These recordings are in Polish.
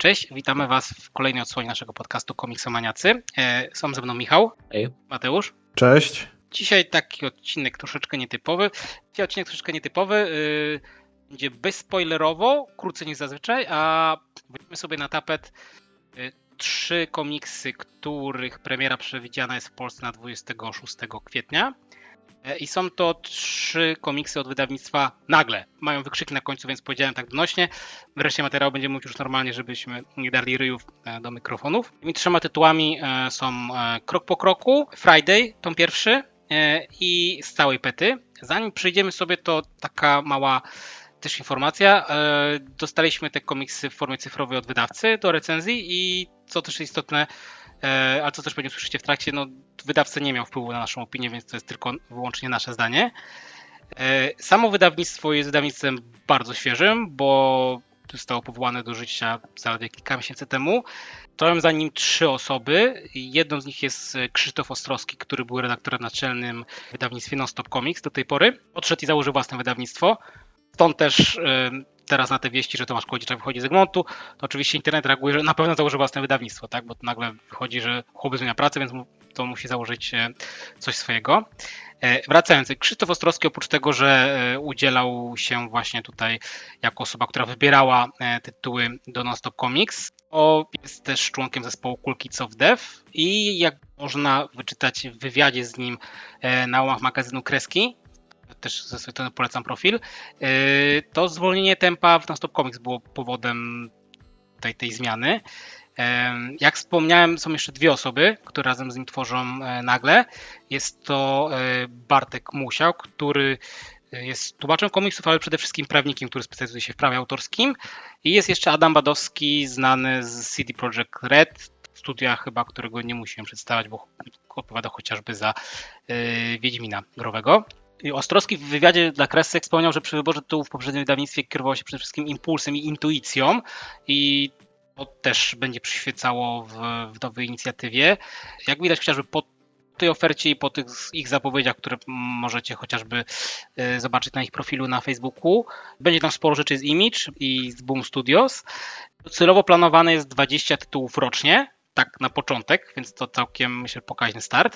Cześć, witamy Was w kolejnej odsłonie naszego podcastu Komiksomaniacy. Są ze mną Michał, Hej. Mateusz. Cześć. Dzisiaj taki odcinek troszeczkę nietypowy. Będzie bezspoilerowo, krócej niż zazwyczaj, a weźmiemy sobie na tapet 3 komiksy, których premiera przewidziana jest w Polsce na 26 kwietnia. I są to 3 komiksy od wydawnictwa Nagle. Mają wykrzyki na końcu, więc powiedziałem tak donośnie. W reszcie materiału będziemy mówić już normalnie, żebyśmy nie dali ryjów do mikrofonów. Tymi 3 tytułami są Krok po kroku, Friday, tom pierwszy i z całej pety. Zanim przejdziemy sobie, to taka mała też informacja. Dostaliśmy te komiksy w formie cyfrowej od wydawcy do recenzji i co też istotne, ale co też pewnie usłyszycie w trakcie, no wydawca nie miał wpływu na naszą opinię, więc to jest tylko wyłącznie nasze zdanie. Samo wydawnictwo jest wydawnictwem bardzo świeżym, bo zostało powołane do życia zaledwie kilka miesięcy temu. Stoją za nim 3 osoby. Jedną z nich jest Krzysztof Ostrowski, który był redaktorem naczelnym w wydawnictwie Non-Stop Comics do tej pory. Odszedł i założył własne wydawnictwo. Stąd też teraz na te wieści, że Tomasz Kołodziejczak wychodzi z Egmontu, to oczywiście internet reaguje, że na pewno założy własne wydawnictwo, tak? Bo to nagle wychodzi, że chłopak zmienia pracę, więc to musi założyć coś swojego. Wracając, Krzysztof Ostrowski oprócz tego, że udzielał się właśnie tutaj jako osoba, która wybierała tytuły do Non-Stop Comics, jest też członkiem zespołu Cool Kids of Death i jak można wyczytać w wywiadzie z nim na łamach magazynu Kreski, też ze swojej strony polecam profil, to zwolnienie tempa w Non-Stop Comics było powodem tej zmiany. Jak wspomniałem, są jeszcze 2 osoby, które razem z nim tworzą Nagle. Jest to Bartek Musiał, który jest tłumaczem komiksów, ale przede wszystkim prawnikiem, który specjalizuje się w prawie autorskim. I jest jeszcze Adam Badowski, znany z CD Projekt Red, studia chyba, którego nie musiałem przedstawiać, bo odpowiada chociażby za Wiedźmina growego. Ostrowski w wywiadzie dla Kresek wspomniał, że przy wyborze tytułów w poprzednim wydawnictwie kierował się przede wszystkim impulsem i intuicją i to też będzie przyświecało w nowej inicjatywie. Jak widać chociażby po tej ofercie i po tych ich zapowiedziach, które możecie chociażby zobaczyć na ich profilu na Facebooku, będzie tam sporo rzeczy z Image i z Boom Studios. Celowo planowane jest 20 tytułów rocznie, tak na początek, więc to całkiem, myślę, pokaźny start.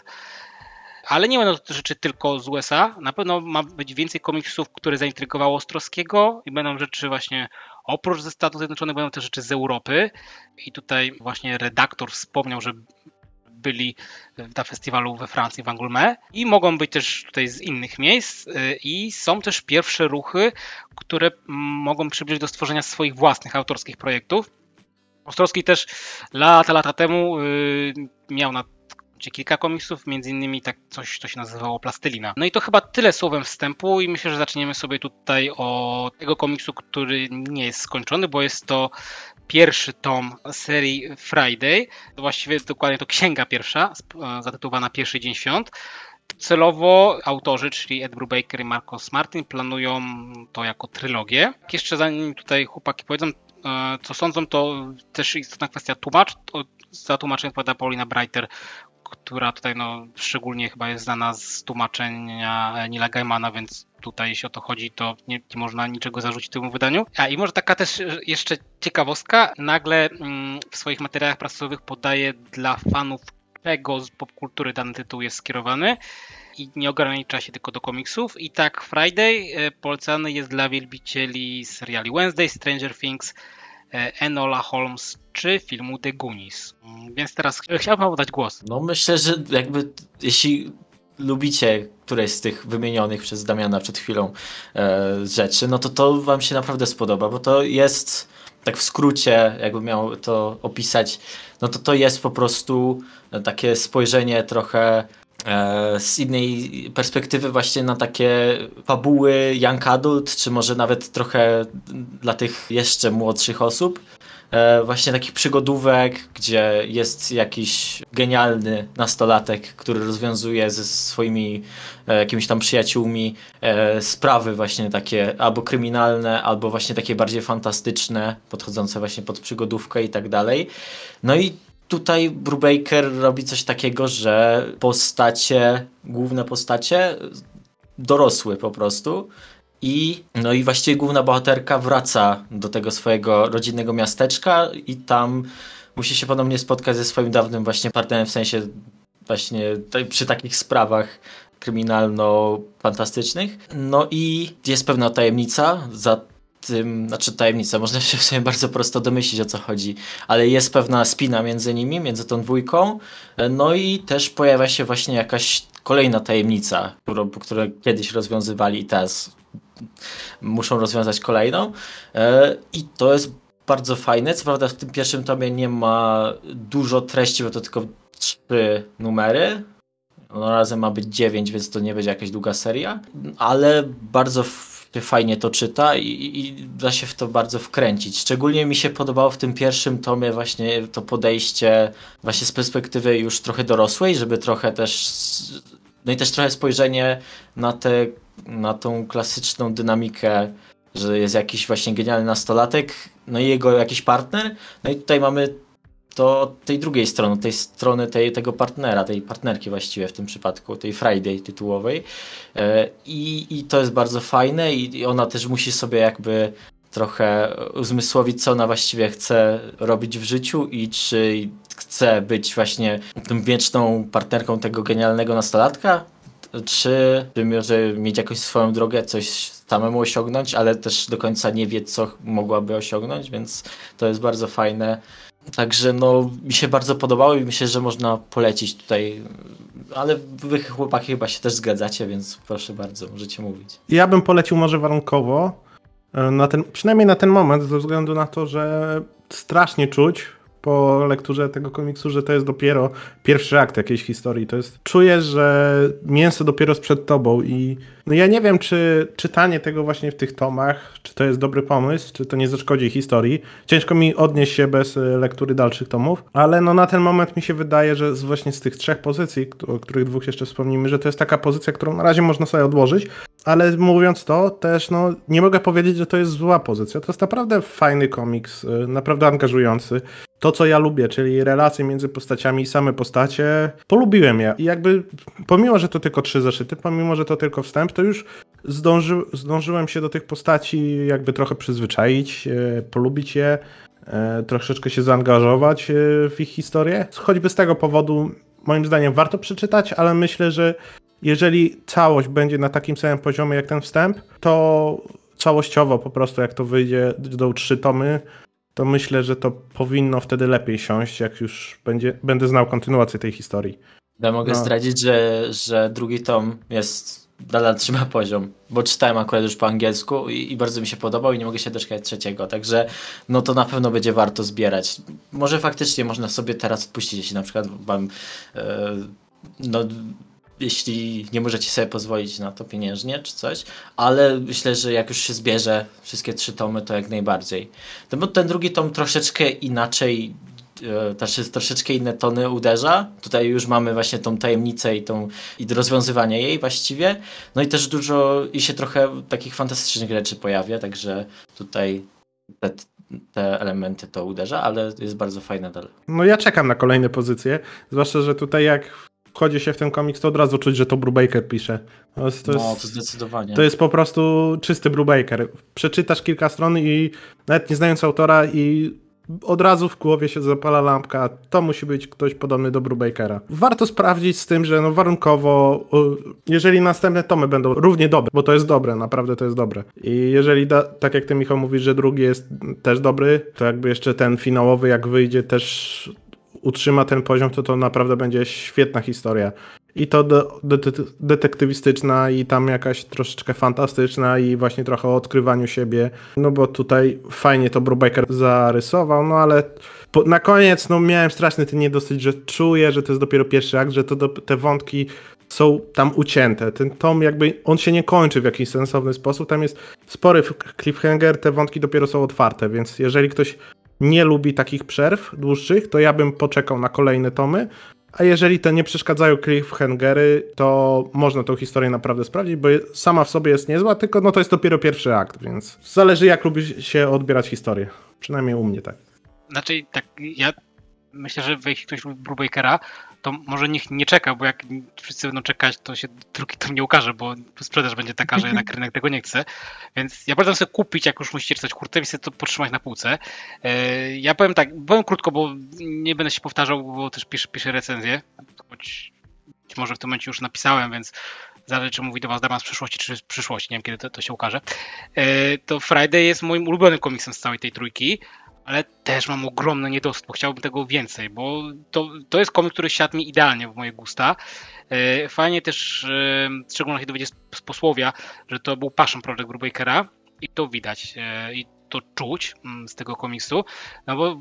Ale nie będą to rzeczy tylko z USA. Na pewno ma być więcej komiksów, które zaintrygowało Ostrowskiego i będą rzeczy właśnie oprócz ze Stanów Zjednoczonych, będą też rzeczy z Europy. I tutaj właśnie redaktor wspomniał, że byli na festiwalu we Francji, w Angoulême i mogą być też tutaj z innych miejsc i są też pierwsze ruchy, które mogą przybliżyć do stworzenia swoich własnych autorskich projektów. Ostrowski też lata temu miał na kilka komiksów, między innymi tak coś, co się nazywało Plastelina. No i to chyba tyle słowem wstępu i myślę, że zaczniemy sobie tutaj od tego komiksu, który nie jest skończony, bo jest to pierwszy tom serii Friday. To właściwie dokładnie to księga pierwsza, zatytułowana Pierwszy Dzień Świąt. Celowo autorzy, czyli Ed Brubaker i Marcos Martin, planują to jako trylogię. Jeszcze zanim tutaj chłopaki powiedzą, co sądzą, to też istotna kwestia za tłumaczenie odpowiada Paulina Breiter, która tutaj szczególnie chyba jest znana z tłumaczenia Neila Gaimana, więc tutaj jeśli o to chodzi, to nie można niczego zarzucić temu wydaniu. I może taka też jeszcze ciekawostka, Nagle w swoich materiałach prasowych podaje dla fanów czego z popkultury dany tytuł jest skierowany i nie ogranicza się tylko do komiksów. I tak Friday polecany jest dla wielbicieli seriali Wednesday, Stranger Things, Enola Holmes czy filmu The Goonies. Więc teraz chciałbym dać głos. No myślę, że jakby jeśli lubicie któreś z tych wymienionych przez Damiana przed chwilą rzeczy, no to wam się naprawdę spodoba, bo to jest, tak w skrócie jakby miał to opisać, no to jest po prostu takie spojrzenie trochę z innej perspektywy właśnie na takie fabuły young adult, czy może nawet trochę dla tych jeszcze młodszych osób. Właśnie takich przygodówek, gdzie jest jakiś genialny nastolatek, który rozwiązuje ze swoimi jakimiś tam przyjaciółmi sprawy właśnie takie albo kryminalne, albo właśnie takie bardziej fantastyczne, podchodzące właśnie pod przygodówkę i tak dalej. No i tutaj Brubaker robi coś takiego, że główne postacie dorosły po prostu No i właściwie główna bohaterka wraca do tego swojego rodzinnego miasteczka i tam musi się ponownie spotkać ze swoim dawnym właśnie partnerem, w sensie właśnie przy takich sprawach kryminalno-fantastycznych. No i jest pewna tajemnica za tym, znaczy tajemnica, można się w sumie bardzo prosto domyślić, o co chodzi, ale jest pewna spina między nimi, między tą dwójką, no i też pojawia się właśnie jakaś kolejna tajemnica, którą kiedyś rozwiązywali i teraz muszą rozwiązać kolejną i to jest bardzo fajne. Co prawda w tym pierwszym tomie nie ma dużo treści, bo to tylko 3 numery. No razem ma być 9, więc to nie będzie jakaś długa seria, ale bardzo fajnie to czyta i da się w to bardzo wkręcić. Szczególnie mi się podobało w tym pierwszym tomie właśnie to podejście właśnie z perspektywy już trochę dorosłej, żeby trochę też, no i też trochę spojrzenie na tą klasyczną dynamikę, że jest jakiś właśnie genialny nastolatek, no i jego jakiś partner, no i tutaj mamy to od tej drugiej strony, tego partnera, tej partnerki właściwie w tym przypadku, tej Friday tytułowej. I to jest bardzo fajne i ona też musi sobie jakby trochę uzmysłowić, co ona właściwie chce robić w życiu i czy chce być właśnie tą wieczną partnerką tego genialnego nastolatka, czy może mieć jakąś swoją drogę, coś samemu osiągnąć, ale też do końca nie wie, co mogłaby osiągnąć, więc to jest bardzo fajne. Także no, mi się bardzo podobało i myślę, że można polecić tutaj, ale wy chłopaki chyba się też zgadzacie, więc proszę bardzo, możecie mówić. Ja bym polecił może warunkowo, przynajmniej na ten moment, ze względu na to, że strasznie czuć po lekturze tego komiksu, że to jest dopiero pierwszy akt jakiejś historii. Czuję, że mięso dopiero przed tobą i no ja nie wiem, czy czytanie tego właśnie w tych tomach, czy to jest dobry pomysł, czy to nie zaszkodzi historii. Ciężko mi odnieść się bez lektury dalszych tomów, ale no na ten moment mi się wydaje, że właśnie z tych 3 pozycji, o których 2 jeszcze wspomnimy, że to jest taka pozycja, którą na razie można sobie odłożyć, ale mówiąc to też no nie mogę powiedzieć, że to jest zła pozycja. To jest naprawdę fajny komiks, naprawdę angażujący. To, co ja lubię, czyli relacje między postaciami i same postacie, polubiłem je. I jakby, pomimo, że to tylko 3 zeszyty, pomimo, że to tylko wstęp, to już zdążyłem się do tych postaci jakby trochę przyzwyczaić, polubić je, troszeczkę się zaangażować w ich historię. Choćby z tego powodu, moim zdaniem, warto przeczytać, ale myślę, że jeżeli całość będzie na takim samym poziomie jak ten wstęp, to całościowo po prostu, jak to wyjdzie do 3 tomy, to myślę, że to powinno wtedy lepiej siąść, jak już będę znał kontynuację tej historii. Ja mogę zdradzić, że drugi tom nadal trzyma poziom, bo czytałem akurat już po angielsku i bardzo mi się podobał i nie mogę się doczekać 3, także no to na pewno będzie warto zbierać. Może faktycznie można sobie teraz odpuścić, jeśli na przykład wam jeśli nie możecie sobie pozwolić na to pieniężnie czy coś, ale myślę, że jak już się zbierze wszystkie 3 tomy, to jak najbardziej. No bo ten drugi tom troszeczkę inaczej, troszeczkę inne tony uderza. Tutaj już mamy właśnie tą tajemnicę i rozwiązywanie jej właściwie. No i też i się trochę takich fantastycznych rzeczy pojawia, także tutaj te elementy to uderza, ale jest bardzo fajne dalej. No ja czekam na kolejne pozycje, zwłaszcza, że tutaj jak wchodzi się w ten komiks, to od razu czuć, że to Brubaker pisze. To zdecydowanie. To jest po prostu czysty Brubaker. Przeczytasz kilka stron i nawet nie znając autora i od razu w głowie się zapala lampka, to musi być ktoś podobny do Brubakera. Warto sprawdzić z tym, że no warunkowo, jeżeli następne tomy będą równie dobre, bo to jest dobre, naprawdę to jest dobre. I jeżeli, tak jak ty Michał mówisz, że drugi jest też dobry, to jakby jeszcze ten finałowy jak wyjdzie też utrzyma ten poziom, to naprawdę będzie świetna historia. I to detektywistyczna i tam jakaś troszeczkę fantastyczna i właśnie trochę o odkrywaniu siebie, no bo tutaj fajnie to Brubaker zarysował, no ale na koniec no miałem straszny ten niedosyt, że czuję, że to jest dopiero pierwszy akt, że te wątki są tam ucięte. Ten tom jakby, on się nie kończy w jakiś sensowny sposób, tam jest spory cliffhanger, te wątki dopiero są otwarte, więc jeżeli ktoś nie lubi takich przerw dłuższych, to ja bym poczekał na kolejne tomy, a jeżeli te nie przeszkadzają cliffhangery, to można tą historię naprawdę sprawdzić, bo sama w sobie jest niezła, tylko no to jest dopiero pierwszy akt, więc zależy jak lubi się odbierać historię. Przynajmniej u mnie tak. Znaczy tak, ja myślę, że jeśli ktoś lubi Brubakera, to może niech nie czeka, bo jak wszyscy będą czekać, to się drugi tom nie ukaże, bo sprzedaż będzie taka, że jednak rynek tego nie chce. Więc ja polecam sobie kupić, jak już musicie czytać hurtem i sobie to potrzymać na półce. Ja powiem tak, powiem krótko, bo nie będę się powtarzał, bo też piszę recenzję, choć być może w tym momencie już napisałem, więc zależy, czy mówi do was Damian z przeszłości, czy z przyszłości, nie wiem, kiedy to się ukaże. To Friday jest moim ulubionym komiksem z całej tej trójki, ale też mam ogromny niedosyt, bo chciałbym tego więcej, bo to jest komiks, który siadł mi idealnie w moje gusta. Fajnie też, w szczególności dowiedzieć z posłowia, że to był passion project Brubakera i to widać i to czuć z tego komiksu, no bo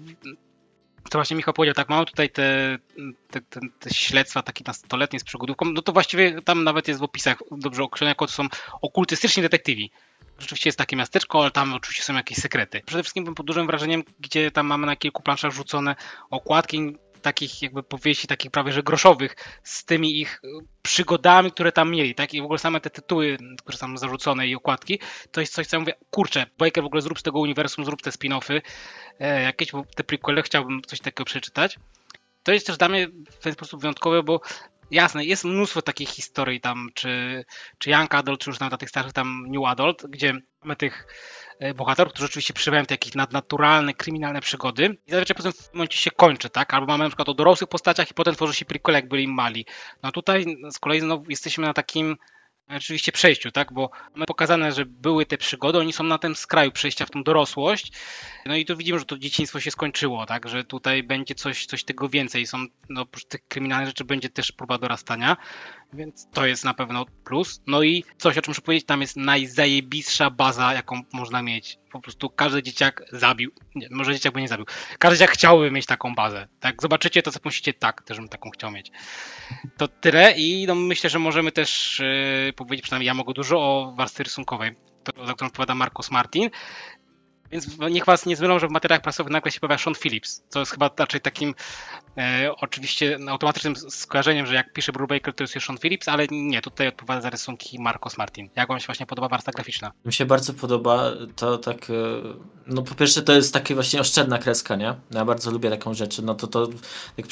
to właśnie Michał powiedział, tak, mamy tutaj te śledztwa takie nastoletnie z przygodówką, no to właściwie tam nawet jest w opisach dobrze określone, jako to są okultystyczni detektywi. Rzeczywiście jest takie miasteczko, ale tam oczywiście są jakieś sekrety. Przede wszystkim byłem pod dużym wrażeniem, gdzie tam mamy na kilku planszach rzucone okładki takich jakby powieści, takich prawie że groszowych, z tymi ich przygodami, które tam mieli, tak? I w ogóle same te tytuły, które są zarzucone i okładki, to jest coś, co ja mówię, kurczę, Baker w ogóle zrób z tego uniwersum, zrób te spin-offy, jakieś, bo te prequele, chciałbym coś takiego przeczytać. To jest też dla mnie w ten sposób wyjątkowe, bo jasne, jest mnóstwo takich historii tam, czy Young Adult, czy już nawet na tych starszych tam New Adult, gdzie mamy tych bohaterów, którzy rzeczywiście przeżywają te jakieś nadnaturalne, kryminalne przygody i zazwyczaj potem w tym momencie się kończy, tak? Albo mamy na przykład o dorosłych postaciach i potem tworzy się prequel, jak byli mali. No tutaj z kolei znowu jesteśmy na takim rzeczywiście przejściu, tak? Bo mamy pokazane, że były te przygody, oni są na tym skraju przejścia w tą dorosłość. No i tu widzimy, że to dzieciństwo się skończyło, tak? Że tutaj będzie coś tego więcej. Są, no oprócz tych kryminalnych rzeczy będzie też próba dorastania, więc to jest na pewno plus. No i coś, o czym muszę powiedzieć, tam jest najzajebistsza baza, jaką można mieć. Po prostu każdy dzieciak zabił, nie, może dzieciak by nie zabił, każdy dzieciak chciałby mieć taką bazę. Tak, zobaczycie to, co myślicie, tak, też bym taką chciał mieć. To tyle i no, myślę, że możemy też powiedzieć, przynajmniej ja mogę dużo o warstwie rysunkowej, za którą odpowiada Marcos Martin. Więc niech was nie zmylą, że w materiałach prasowych nagle się pojawia Sean Phillips, co jest chyba raczej takim oczywiście automatycznym skojarzeniem, że jak pisze Brubaker, to jest Sean Phillips, ale nie, tutaj odpowiada za rysunki Marcos Martin. Jak wam się właśnie podoba warstwa graficzna? Mi się bardzo podoba to tak, no po pierwsze to jest takie właśnie oszczędna kreska, nie? Ja bardzo lubię taką rzecz, no to jak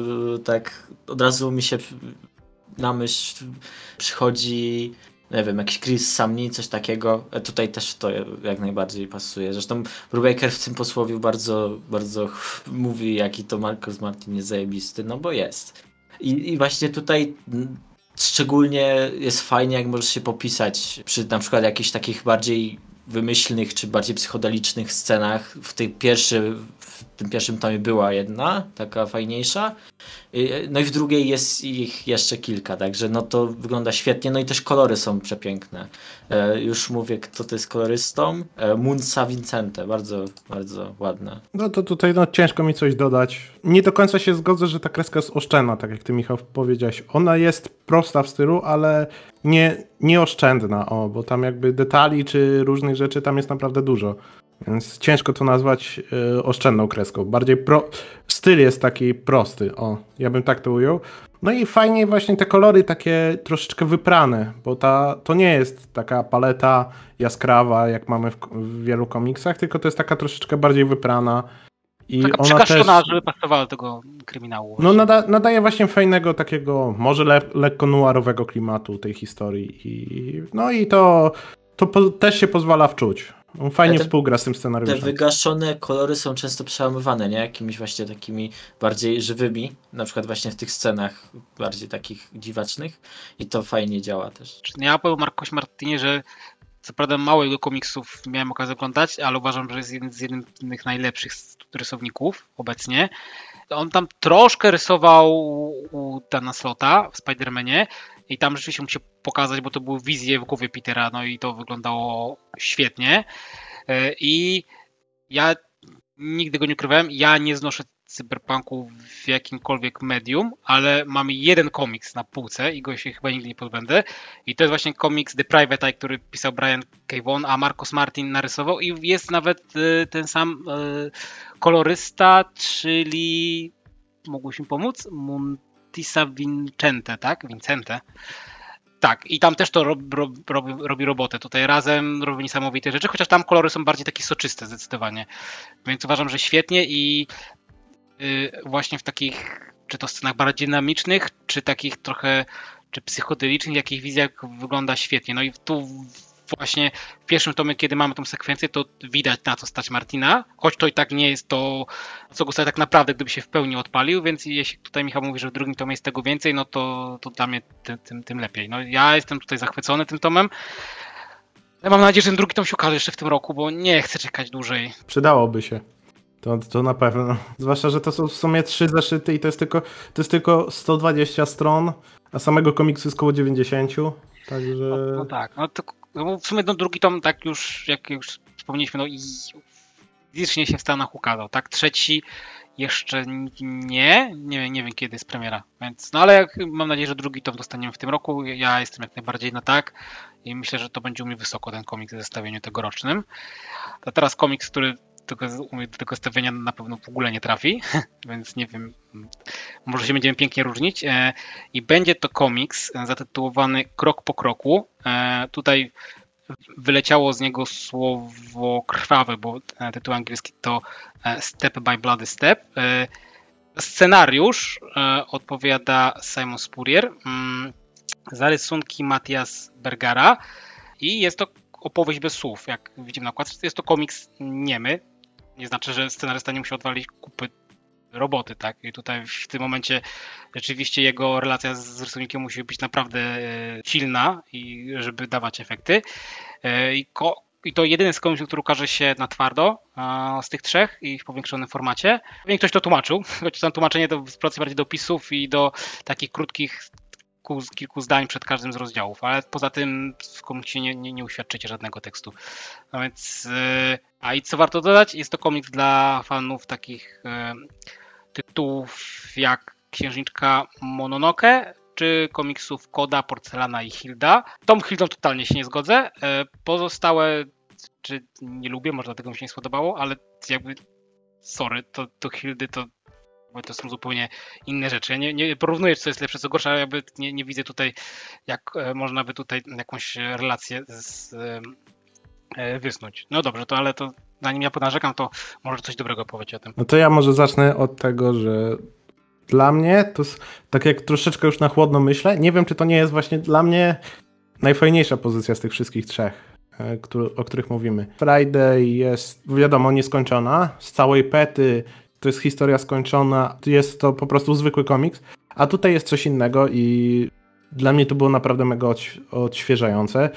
tak od razu mi się na myśl przychodzi, nie wiem, jakiś Chris Samney, coś takiego. Tutaj też to jak najbardziej pasuje. Zresztą Brubaker w tym posłowiu bardzo, bardzo mówi, jaki to Marcos Martin jest zajebisty, no bo jest. I właśnie tutaj szczególnie jest fajnie, jak możesz się popisać przy na przykład jakichś takich bardziej wymyślnych czy bardziej psychodelicznych scenach. W tym pierwszym tomie była jedna, taka fajniejsza. No i w drugiej jest ich jeszcze kilka, także no to wygląda świetnie. No i też kolory są przepiękne. Już mówię, kto to jest kolorystą. Munsa Vincente, bardzo, bardzo ładne. No to tutaj no, ciężko mi coś dodać. Nie do końca się zgodzę, że ta kreska jest oszczędna, tak jak ty, Michał, powiedziałeś. Ona jest prosta w stylu, ale nieoszczędna, bo tam jakby detali czy różnych rzeczy tam jest naprawdę dużo. Więc ciężko to nazwać oszczędną kreską. Bardziej styl jest taki prosty, ja bym tak to ujął. No i fajnie właśnie te kolory takie troszeczkę wyprane, bo to nie jest taka paleta jaskrawa, jak mamy w wielu komiksach, tylko to jest taka troszeczkę bardziej wyprana. I taka przykaszona, żeby pasowała do tego kryminału. No nadaje właśnie fajnego takiego, może lekko noirowego klimatu tej historii. No i to też się pozwala wczuć. On fajnie współgra z tym scenariuszem. Te wygaszone kolory są często przełamywane, nie? Jakimiś właśnie takimi bardziej żywymi, na przykład właśnie w tych scenach bardziej takich dziwacznych i to fajnie działa też. Ja powiem Marcosie Martinie, że co prawda mało jego komiksów miałem okazję oglądać, ale uważam, że jest jednym z innych najlepszych rysowników obecnie. On tam troszkę rysował u Dana Slotta w Spider-Manie i tam rzeczywiście mógł się pokazać, bo to były wizje w głowie Petera, no i to wyglądało świetnie. I ja nigdy go nie ukrywałem, ja nie znoszę cyberpunku w jakimkolwiek medium, ale mamy jeden komiks na półce i go się chyba nigdy nie pozbędę. I to jest właśnie komiks The Private Eye, który pisał Brian K. Vaughan, a Marcos Martin narysował i jest nawet ten sam kolorysta, czyli mógłbyś mi pomóc? Montisa Vincente, tak? Vincente. Tak, i tam też to robi robotę. Tutaj razem robi niesamowite rzeczy, chociaż tam kolory są bardziej takie soczyste zdecydowanie. Więc uważam, że świetnie i właśnie w takich, czy to scenach bardziej dynamicznych, czy takich trochę, czy psychodelicznych, jakich wizjach wygląda świetnie. No i tu właśnie w pierwszym tomie, kiedy mamy tą sekwencję, to widać, na co stać Martina, choć to i tak nie jest to, co Gustav tak naprawdę, gdyby się w pełni odpalił, więc jeśli tutaj Michał mówi, że w drugim tomie jest tego więcej, no to dla mnie tym lepiej. No ja jestem tutaj zachwycony tym tomem. Ja mam nadzieję, że ten drugi tom się ukaże jeszcze w tym roku, bo nie chcę czekać dłużej. Przydałoby się. To na pewno. Zwłaszcza, że to są w sumie 3 zeszyty i to jest tylko 120 stron, a samego komiksu jest około 90. Także... No tak, no w sumie drugi tom, tak już, jak już wspomnieliśmy, no i fizycznie się w Stanach ukazał, tak? Trzeci jeszcze nie wiem kiedy jest premiera, więc, no ale mam nadzieję, że drugi tom dostaniemy w tym roku, ja jestem jak najbardziej na tak i myślę, że to będzie u mnie wysoko ten komiks w zestawieniu tegorocznym. To teraz komiks, który do tego zestawienia na pewno w ogóle nie trafi, więc nie wiem, może się będziemy pięknie różnić. I będzie to komiks zatytułowany Krok po kroku. Tutaj wyleciało z niego słowo krwawe, bo tytuł angielski to Step by Bloody Step. Scenariusz odpowiada Simon Spurrier, za rysunki Matthias Bergara i jest to opowieść bez słów. Jak widzimy na okładce, jest to komiks niemy. Nie znaczy, że scenarysta nie musi odwalić kupy roboty, tak? I tutaj w tym momencie rzeczywiście jego relacja z rysownikiem musi być naprawdę silna, i żeby dawać efekty. I to jedyny z komiksów, który ukaże się na twardo z tych trzech i w powiększonym formacie. Pewnie ktoś to tłumaczył, choć tam tłumaczenie to sprowadza bardziej do opisów i do takich krótkich kilku zdań przed każdym z rozdziałów, ale poza tym w komiksie nie uświadczycie żadnego tekstu. No więc, i co warto dodać, jest to komiks dla fanów takich tytułów jak Księżniczka Mononoke, czy komiksów Koda, Porcelana i Hilda. Tą Hildą totalnie się nie zgodzę. Pozostałe, czy nie lubię, może dlatego mi się nie spodobało, ale jakby sorry, to Hildy to są zupełnie inne rzeczy. Nie porównuję, co jest lepsze, co gorsze, ale jakby nie widzę tutaj, jak można by tutaj jakąś relację wysnuć. No dobrze, ale to zanim ja ponarzekam, to może coś dobrego powiecie o tym. No to ja może zacznę od tego, że dla mnie to jest, tak jak troszeczkę już na chłodno myślę, nie wiem, czy to nie jest właśnie dla mnie najfajniejsza pozycja z tych wszystkich trzech, o których mówimy. Friday jest, wiadomo, nieskończona. Z całej pety to jest historia skończona, jest to po prostu zwykły komiks, a tutaj jest coś innego i dla mnie to było naprawdę mega odświeżające.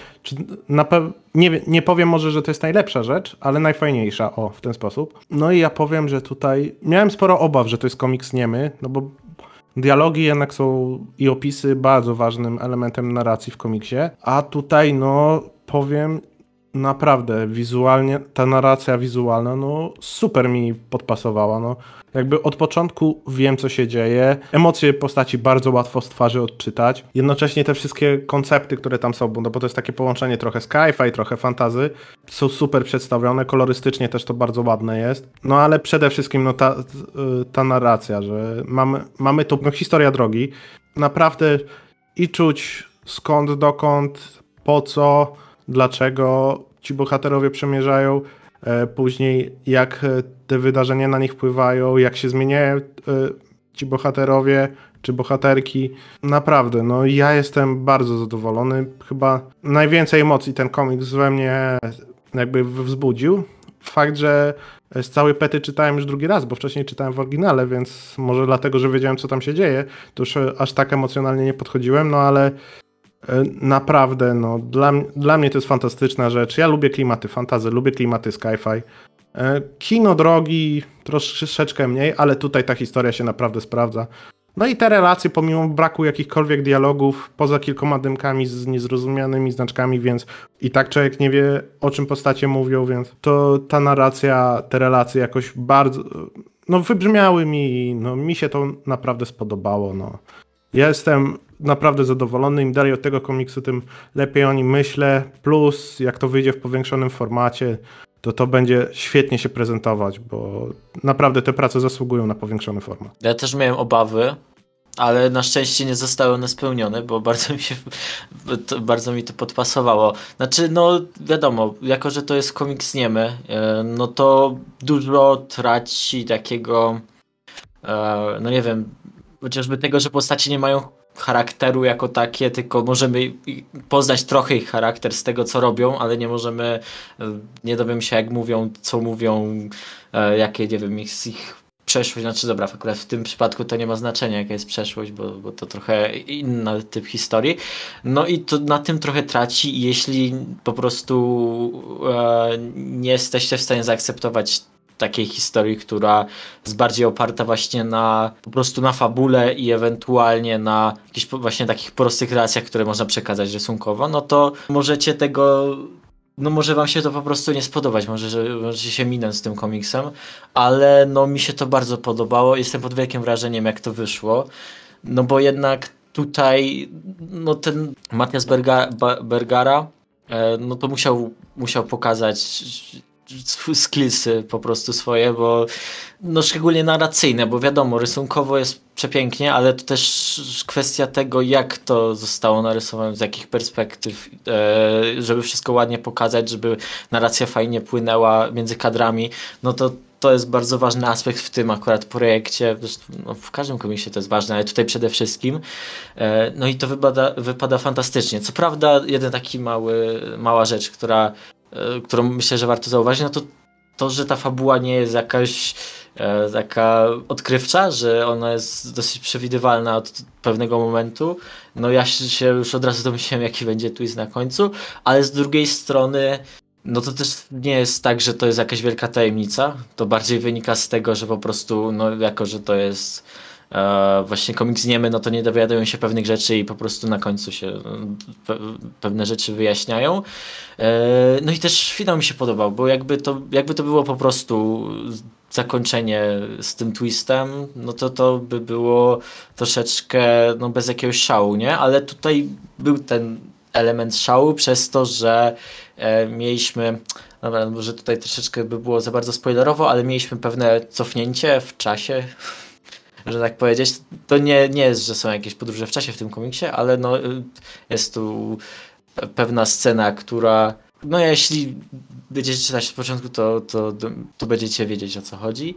Nie powiem może, że to jest najlepsza rzecz, ale najfajniejsza, w ten sposób. No i ja powiem, że tutaj miałem sporo obaw, że to jest komiks niemy, no bo dialogi jednak są i opisy bardzo ważnym elementem narracji w komiksie, a tutaj powiem naprawdę wizualnie, ta narracja wizualna super mi podpasowała, jakby od początku wiem, co się dzieje, emocje postaci bardzo łatwo z twarzy odczytać, jednocześnie te wszystkie koncepty, które tam są, bo to jest takie połączenie trochę sci-fi, trochę fantasy, są super przedstawione, kolorystycznie też to bardzo ładne jest, ale przede wszystkim ta narracja, że mamy tu historia drogi, naprawdę i czuć skąd, dokąd, po co, dlaczego ci bohaterowie przemierzają, później jak te wydarzenia na nich wpływają, jak się zmieniają ci bohaterowie czy bohaterki. Naprawdę, ja jestem bardzo zadowolony. Chyba najwięcej emocji ten komiks we mnie jakby wzbudził. Fakt, że z całej pety czytałem już drugi raz, bo wcześniej czytałem w oryginale, więc może dlatego, że wiedziałem, co tam się dzieje, to już aż tak emocjonalnie nie podchodziłem, ale naprawdę, dla mnie to jest fantastyczna rzecz. Ja lubię klimaty fantasy, lubię klimaty sci-fi. Kino drogi troszeczkę mniej, ale tutaj ta historia się naprawdę sprawdza. No i te relacje, pomimo braku jakichkolwiek dialogów, poza kilkoma dymkami z niezrozumianymi znaczkami, więc i tak człowiek nie wie, o czym postacie mówią, więc to ta narracja, te relacje jakoś bardzo, wybrzmiały mi i mi się to naprawdę spodobało, Ja jestem naprawdę zadowolony. Im dalej od tego komiksu, tym lepiej o nim myślę. Plus, jak to wyjdzie w powiększonym formacie, to będzie świetnie się prezentować, bo naprawdę te prace zasługują na powiększony format. Ja też miałem obawy, ale na szczęście nie zostały one spełnione, bo bardzo mi to podpasowało. Znaczy, wiadomo, jako że to jest komiks niemy, to dużo traci takiego no nie wiem, chociażby tego, że postacie nie mają charakteru jako takie, tylko możemy poznać trochę ich charakter z tego, co robią, ale nie możemy, nie dowiemy się, jak mówią, co mówią, jakie, nie wiem, ich przeszłość, znaczy dobra, akurat w tym przypadku to nie ma znaczenia, jaka jest przeszłość, bo to trochę inny typ historii. No i to na tym trochę traci, jeśli po prostu nie jesteście w stanie zaakceptować takiej historii, która jest bardziej oparta właśnie po prostu na fabule i ewentualnie na jakichś właśnie takich prostych relacjach, które można przekazać rysunkowo, no to możecie tego, no może wam się to po prostu nie spodobać, możecie się minąć z tym komiksem, ale no mi się to bardzo podobało, jestem pod wielkim wrażeniem, jak to wyszło, no bo jednak tutaj, no ten Matthias Bergara, no to musiał pokazać skillsy po prostu swoje, bo no szczególnie narracyjne, bo wiadomo, rysunkowo jest przepięknie, ale to też kwestia tego, jak to zostało narysowane, z jakich perspektyw, żeby wszystko ładnie pokazać, żeby narracja fajnie płynęła między kadrami, no to jest bardzo ważny aspekt w tym akurat projekcie. No, w każdym komiksie to jest ważne, ale tutaj przede wszystkim. No i to wypada fantastycznie. Co prawda, jeden taki mała rzecz, którą myślę, że warto zauważyć, no to, że ta fabuła nie jest jakaś taka odkrywcza, że ona jest dosyć przewidywalna od pewnego momentu. No ja się już od razu domyśliłem, jaki będzie twist na końcu, ale z drugiej strony no to też nie jest tak, że to jest jakaś wielka tajemnica. To bardziej wynika z tego, że po prostu, no jako, że to jest właśnie komiks niemy, no to nie dowiadują się pewnych rzeczy i po prostu na końcu się pewne rzeczy wyjaśniają. No i też finał mi się podobał, bo jakby to było po prostu zakończenie z tym twistem, no to by było troszeczkę no bez jakiegoś szału, nie? Ale tutaj był ten element szału przez to, że mieliśmy, dobra, może tutaj troszeczkę by było za bardzo spoilerowo, ale mieliśmy pewne cofnięcie w czasie, że tak powiedzieć. To nie jest, że są jakieś podróże w czasie w tym komiksie, ale no jest tu pewna scena, która no jeśli będziecie czytać od początku, to będziecie wiedzieć, o co chodzi.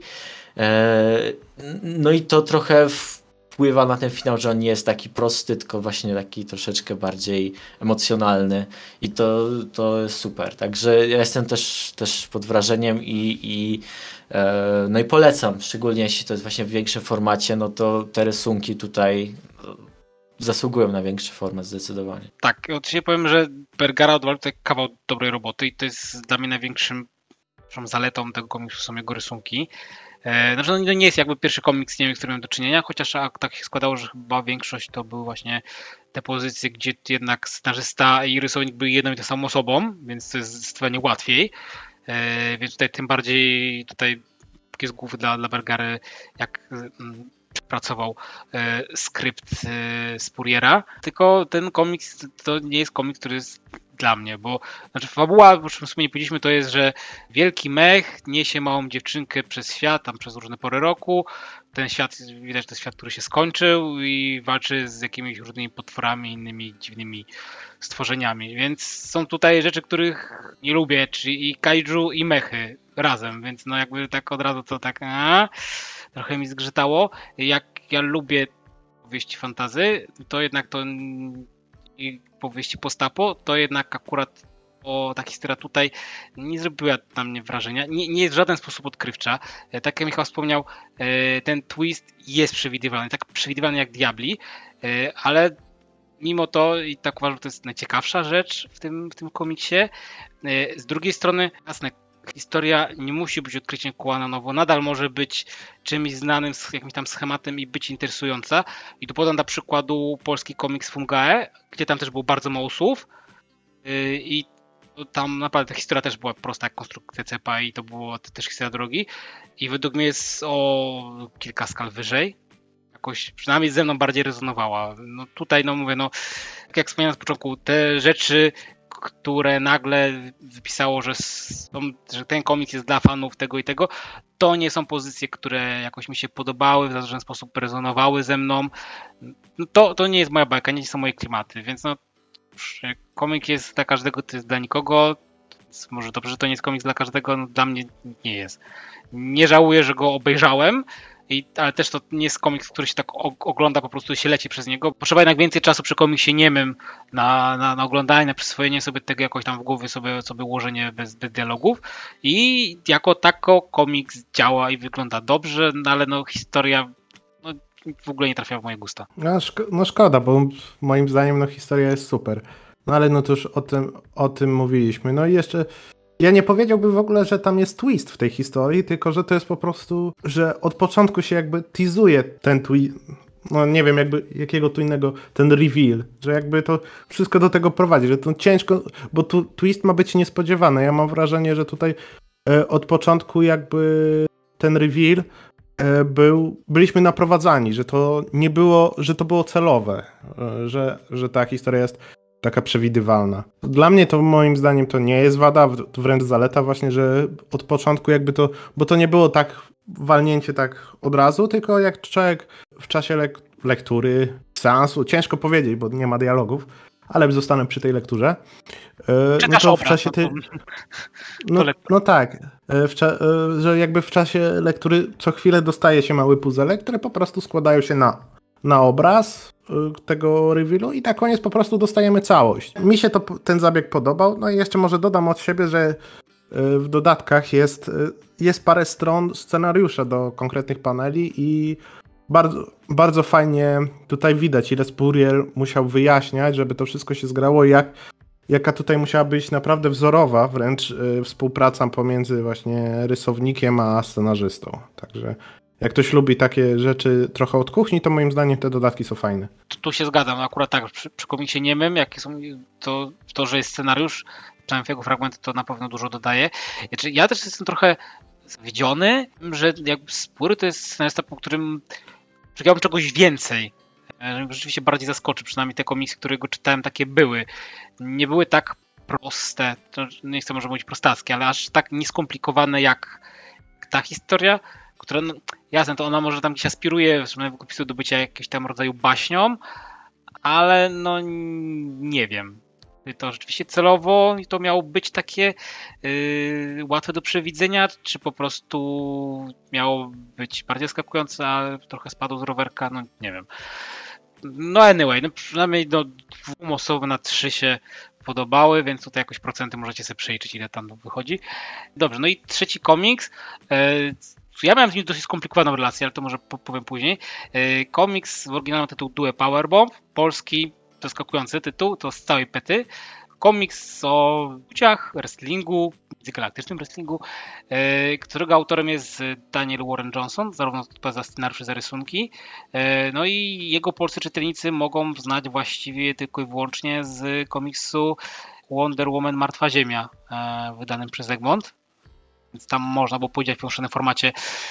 No i to trochę wpływa na ten finał, że on nie jest taki prosty, tylko właśnie taki troszeczkę bardziej emocjonalny i to jest super. Także ja jestem też pod wrażeniem no i polecam, szczególnie jeśli to jest właśnie w większym formacie, no to te rysunki tutaj zasługują na większy format zdecydowanie. Tak, oczywiście powiem, że Bergara odwalił tutaj kawał dobrej roboty i to jest dla mnie największą zaletą tego komiksu są jego rysunki. Znaczy, no nie jest jakby pierwszy komiks, nie wiem, z którym miałem do czynienia, chociaż tak się składało, że chyba większość to były właśnie te pozycje, gdzie jednak scenarzysta i rysownik byli jedną i tą samą osobą, więc to jest zdecydowanie łatwiej. Więc tutaj tym bardziej jest głów dla Bergary, jak przepracował skrypt Spurriera. Tylko ten komiks to nie jest komiks, który jest dla mnie, bo znaczy fabuła, o czym w sumie nie powiedzieliśmy, to jest, że wielki mech niesie małą dziewczynkę przez świat, tam przez różne pory roku. Ten świat, widać, że to jest świat, który się skończył i walczy z jakimiś różnymi potworami, innymi dziwnymi stworzeniami. Więc są tutaj rzeczy, których nie lubię, czyli i kaiju, i mechy razem, więc no jakby tak od razu to tak trochę mi zgrzytało. Jak ja lubię powieści fantasy, to jednak to i powieści postapo, to jednak akurat ta historia tutaj nie zrobiła na mnie wrażenia. Nie jest w żaden sposób odkrywcza. Tak jak Michał wspomniał, ten twist jest przewidywalny, tak przewidywalny jak diabli, ale mimo to i tak uważam, że to jest najciekawsza rzecz w tym komiksie. Z drugiej strony, jasne, historia nie musi być odkryciem koła na nowo, nadal może być czymś znanym, z jakimś tam schematem i być interesująca. I tu podam dla przykładu polski komiks Fungae, gdzie tam też było bardzo mało słów i tam naprawdę ta historia też była prosta jak konstrukcja cepa i to było też historia drogi i według mnie jest o kilka skal wyżej. Jakoś przynajmniej ze mną bardziej rezonowała. No tutaj, no mówię, no tak jak wspomniałem na początku, te rzeczy, które nagle wypisało, że ten komiks jest dla fanów tego i tego, to nie są pozycje, które jakoś mi się podobały, w żaden sposób rezonowały ze mną. To nie jest moja bajka, nie są moje klimaty, więc no komik jest dla każdego, to jest dla nikogo. Może dobrze, że to nie jest komiks dla każdego, no dla mnie nie jest. Nie żałuję, że go obejrzałem, ale też to nie jest komiks, który się tak ogląda, po prostu się leci przez niego. Potrzeba jednak więcej czasu przy komiksie niemym na oglądanie, na przyswojenie sobie tego jakoś tam w głowie, sobie ułożenie bez dialogów. I jako tako komiks działa i wygląda dobrze, no ale no historia w ogóle nie trafia w moje gusta. No szkoda, bo moim zdaniem no historia jest super. No ale no to już o tym mówiliśmy. No i jeszcze ja nie powiedziałbym w ogóle, że tam jest twist w tej historii, tylko że to jest po prostu, że od początku się jakby teasuje ten twist, no nie wiem jakby jakiego tu innego, ten reveal, że jakby to wszystko do tego prowadzi, że to ciężko, bo tu twist ma być niespodziewany. Ja mam wrażenie, że tutaj od początku jakby ten reveal byliśmy naprowadzani, że to nie było, że to było celowe, że ta historia jest taka przewidywalna. Dla mnie to moim zdaniem to nie jest wada, wręcz zaleta właśnie, że od początku jakby to, bo to nie było tak walnięcie tak od razu, tylko jak człowiek w czasie lektury, seansu, ciężko powiedzieć, bo nie ma dialogów, ale zostanę przy tej lekturze. Czytasz no to obraz, w czasie no tak, że jakby w czasie lektury co chwilę dostaje się mały puzelek, które po prostu składają się na obraz tego revealu i na koniec po prostu dostajemy całość. Mi się ten zabieg podobał, no i jeszcze może dodam od siebie, że w dodatkach jest parę stron scenariusza do konkretnych paneli i bardzo, bardzo fajnie tutaj widać, ile Spurrier musiał wyjaśniać, żeby to wszystko się zgrało i jaka tutaj musiała być naprawdę wzorowa wręcz współpraca pomiędzy właśnie rysownikiem a scenarzystą. Także jak ktoś lubi takie rzeczy trochę od kuchni, to moim zdaniem te dodatki są fajne. Tu się zgadzam, akurat tak, przy komiksie niemym, jakie są to, że jest scenariusz, przynajmniej w jego fragmenty to na pewno dużo dodaje. Ja też jestem trochę zawiedziony, że jakby Spurrier to jest scenarysta, po którym czekałbym czegoś więcej. Że rzeczywiście bardziej zaskoczy, przynajmniej te komiksy, które go czytałem, takie były. Nie były tak proste, to nie chcę może mówić prostackie, ale aż tak nieskomplikowane jak ta historia, która, no, jasne, to ona może tam gdzieś aspiruje w opisu do bycia jakiegoś tam rodzaju baśnią, ale no nie wiem. To rzeczywiście celowo to miało być takie łatwe do przewidzenia, czy po prostu miało być bardziej zaskakujące, ale trochę spadło z rowerka, no nie wiem. No anyway, no przynajmniej do 2 osób na 3 się podobały, więc tutaj jakoś procenty możecie sobie przeliczyć, ile tam wychodzi. Dobrze, no i trzeci komiks. Ja miałem z nim dosyć skomplikowaną relację, ale to może powiem później. Komiks w oryginalnym tytuł Due Powerbomb, polski, zaskakujący tytuł, to z całej pety. Komiks o ludziach, wrestlingu, międzygalaktycznym wrestlingu, którego autorem jest Daniel Warren Johnson, zarówno za scenariusz, jak i za rysunki. No i jego polscy czytelnicy mogą znać właściwie tylko i wyłącznie z komiksu Wonder Woman Martwa Ziemia, wydanym przez Egmont. Więc tam można było powiedzieć w połączonym formacie,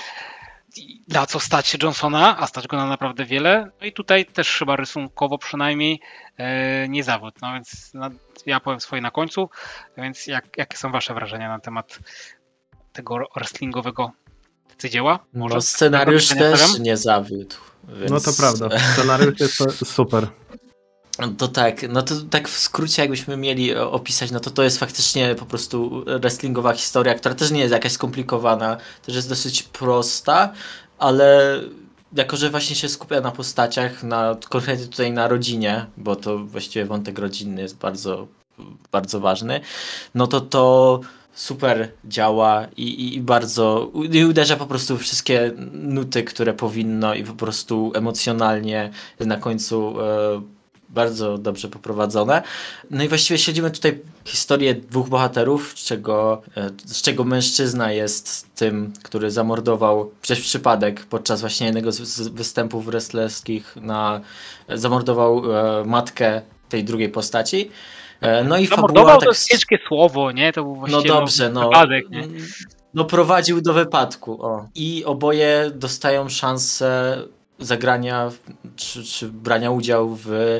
na co stać się Johnsona, a stać go na naprawdę wiele. No i tutaj też chyba rysunkowo przynajmniej nie zawód. No więc ja powiem swoje na końcu. Więc jakie są wasze wrażenia na temat tego wrestlingowego dzieła? Może scenariusz też nie zawiódł. Więc... No to prawda, scenariusz jest super. To tak, no to tak w skrócie jakbyśmy mieli opisać, no to jest faktycznie po prostu wrestlingowa historia, która też nie jest jakaś skomplikowana, też jest dosyć prosta, ale jako, że właśnie się skupia na postaciach, konkretnie tutaj na rodzinie, bo to właściwie wątek rodzinny jest bardzo, bardzo ważny, no to super działa i bardzo uderza po prostu wszystkie nuty, które powinno i po prostu emocjonalnie na końcu bardzo dobrze poprowadzone. No i właściwie śledzimy tutaj historię 2 bohaterów, z czego mężczyzna jest tym, który zamordował przez przypadek podczas właśnie jednego z występów wrestlerskich zamordował matkę tej drugiej postaci. No i zamordował to jest ciężkie słowo, nie? To był właściwie wypadek, nie? No prowadził do wypadku. I oboje dostają szansę zagrania czy brania udziału w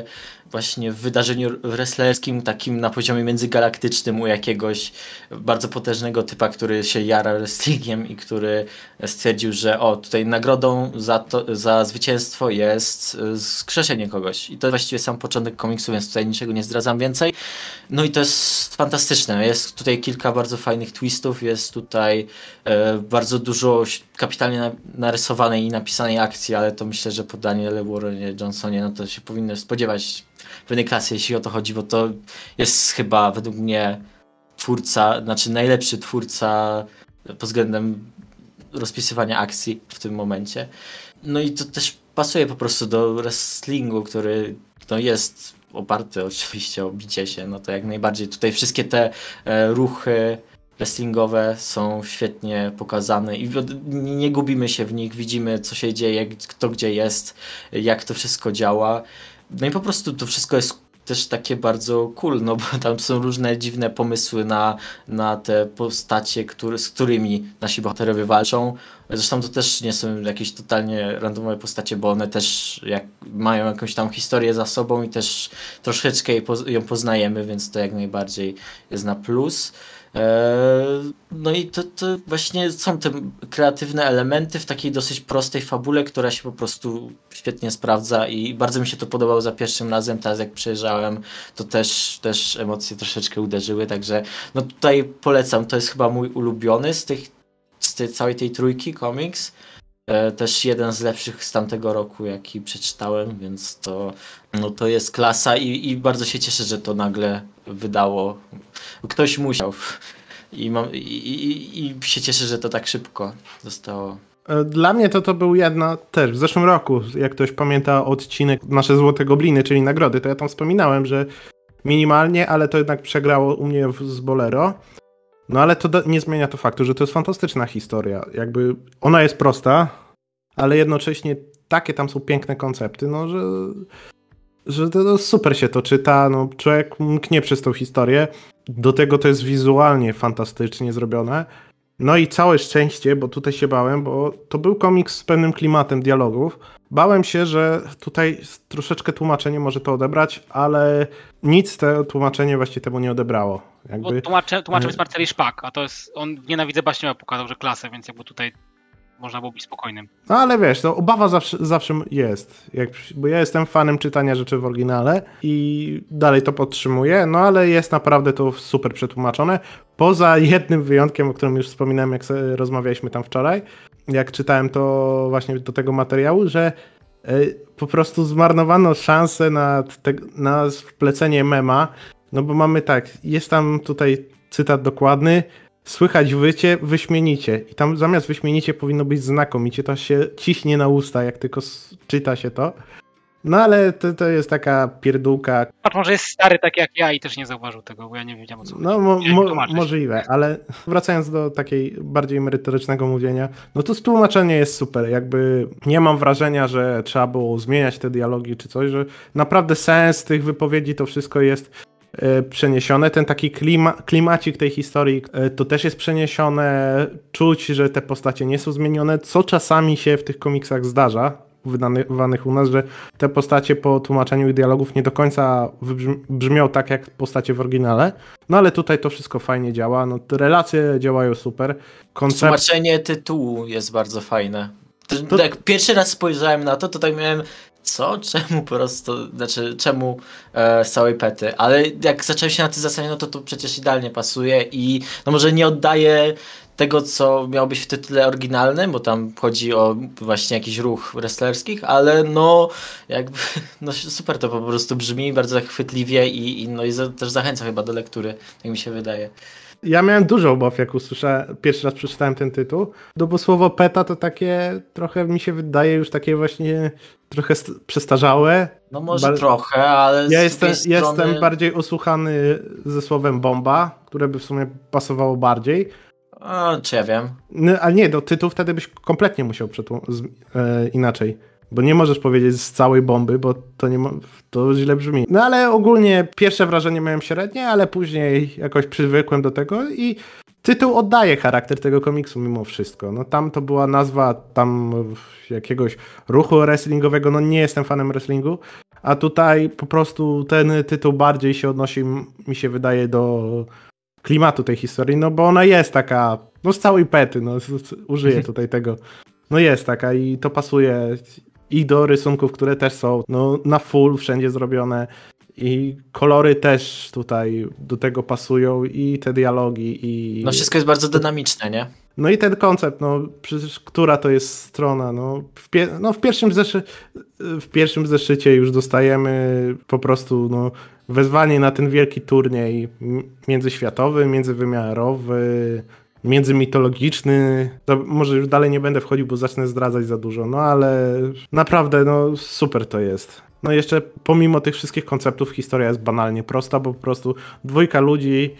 właśnie w wydarzeniu wrestlerskim, takim na poziomie międzygalaktycznym u jakiegoś bardzo potężnego typa, który się jara wrestlingiem i który stwierdził, że tutaj nagrodą za zwycięstwo jest skrzeszenie kogoś. I to właściwie sam początek komiksu, więc tutaj niczego nie zdradzam więcej. No i to jest fantastyczne. Jest tutaj kilka bardzo fajnych twistów, jest tutaj bardzo dużo kapitalnie narysowanej i napisanej akcji, ale to myślę, że po Danielu Warrenie Johnsonie no to się powinno spodziewać pewnej klasy, jeśli o to chodzi, bo to jest chyba według mnie najlepszy twórca pod względem rozpisywania akcji w tym momencie. No i to też pasuje po prostu do wrestlingu, który no jest oparty oczywiście o bicie się, no to jak najbardziej. Tutaj wszystkie te ruchy wrestlingowe są świetnie pokazane i nie gubimy się w nich, widzimy co się dzieje, kto gdzie jest, jak to wszystko działa. No i po prostu to wszystko jest też takie bardzo cool, no bo tam są różne dziwne pomysły na te postacie, z którymi nasi bohaterowie walczą. Zresztą to też nie są jakieś totalnie randomowe postacie, bo one też mają jakąś tam historię za sobą i też troszeczkę ją poznajemy, więc to jak najbardziej jest na plus. No i to właśnie są te kreatywne elementy w takiej dosyć prostej fabule, która się po prostu świetnie sprawdza i bardzo mi się to podobało za pierwszym razem. Teraz jak przejrzałem, to też emocje troszeczkę uderzyły, także no tutaj polecam. To jest chyba mój ulubiony z tej całej tej trójki komiks. Też jeden z lepszych z tamtego roku, jaki przeczytałem, więc to jest klasa i bardzo się cieszę, że to nagle wydało. Ktoś musiał i się cieszę, że to tak szybko zostało. Dla mnie to był też w zeszłym roku, jak ktoś pamięta odcinek Nasze Złote Gobliny, czyli nagrody, to ja tam wspominałem, że minimalnie, ale to jednak przegrało u mnie z Bolero. No ale to nie zmienia to faktu, że to jest fantastyczna historia. Jakby ona jest prosta, ale jednocześnie takie tam są piękne koncepty, no że to super się to czyta, no człowiek mknie przez tą historię. Do tego to jest wizualnie fantastycznie zrobione. No i całe szczęście, bo tutaj się bałem, bo to był komiks z pewnym klimatem dialogów. Bałem się, że tutaj troszeczkę tłumaczenie może to odebrać, ale nic to tłumaczenie właściwie temu nie odebrało. Bo tłumaczem jest Marceli Szpak, a to jest, on w Nienawidzę Baśniowa pokazał, że klasę, więc jakby tutaj można było być spokojnym. No ale wiesz, to obawa zawsze jest. Bo ja jestem fanem czytania rzeczy w oryginale i dalej to podtrzymuję, no ale jest naprawdę to super przetłumaczone. Poza jednym wyjątkiem, o którym już wspominałem, jak rozmawialiśmy tam wczoraj, jak czytałem to właśnie do tego materiału, że po prostu zmarnowano szansę na wplecenie mema, no bo mamy tak, jest tam tutaj cytat dokładny, słychać wycie, wyśmienicie. I tam zamiast wyśmienicie powinno być znakomicie. To się ciśnie na usta, jak tylko czyta się to. No ale to jest taka pierdółka. Patrz, może jest stary tak jak ja i też nie zauważył tego, bo ja nie wiedziałem o co no, możliwe, ale wracając do takiej bardziej merytorycznego mówienia, no to tłumaczenie jest super. Jakby nie mam wrażenia, że trzeba było zmieniać te dialogi czy coś, że naprawdę sens tych wypowiedzi to wszystko jest przeniesione. Ten taki klimacik tej historii to też jest przeniesione. Czuć, że te postacie nie są zmienione, co czasami się w tych komiksach zdarza, wydawanych u nas, że te postacie po tłumaczeniu ich dialogów nie do końca brzmią tak jak postacie w oryginale. No ale tutaj to wszystko fajnie działa. No, te relacje działają super. Tłumaczenie tytułu jest bardzo fajne. Jak pierwszy raz spojrzałem na to tak miałem czemu po prostu, czemu z całej pety, ale jak zacząłem się na tym zastanawiać, no to przecież idealnie pasuje i no może nie oddaje tego, co miało być w tytule oryginalnym, bo tam chodzi o właśnie jakiś ruch wrestlerskich, ale no jakby no super to po prostu brzmi, bardzo chwytliwie i też zachęca chyba do lektury, jak mi się wydaje. Ja miałem dużo obaw, jak pierwszy raz przeczytałem ten tytuł, no bo słowo peta to takie trochę mi się wydaje już takie właśnie trochę przestarzałe. No może trochę, ale ja jestem bardziej osłuchany ze słowem bomba, które by w sumie pasowało bardziej. Czy ja wiem. No, ale nie, tytuł wtedy byś kompletnie musiał inaczej. Bo nie możesz powiedzieć z całej bomby, bo to źle brzmi. No ale ogólnie pierwsze wrażenie miałem średnie, ale później jakoś przywykłem do tego i tytuł oddaje charakter tego komiksu mimo wszystko. No tam to była nazwa tam jakiegoś ruchu wrestlingowego, no nie jestem fanem wrestlingu, a tutaj po prostu ten tytuł bardziej się odnosi, mi się wydaje, do klimatu tej historii, no bo ona jest taka, no z całej pety, no użyję tutaj tego, no jest taka i to pasuje i do rysunków, które też są no na full wszędzie zrobione i kolory też tutaj do tego pasują i te dialogi i... No wszystko jest bardzo dynamiczne, nie? No i ten koncept, no przecież która to jest strona, no w pierwszym zeszycie już dostajemy po prostu no, wezwanie na ten wielki turniej międzyświatowy, międzywymiarowy, międzymitologiczny. To może już dalej nie będę wchodził, bo zacznę zdradzać za dużo, no ale naprawdę no super to jest. No jeszcze pomimo tych wszystkich konceptów historia jest banalnie prosta, bo po prostu dwójka ludzi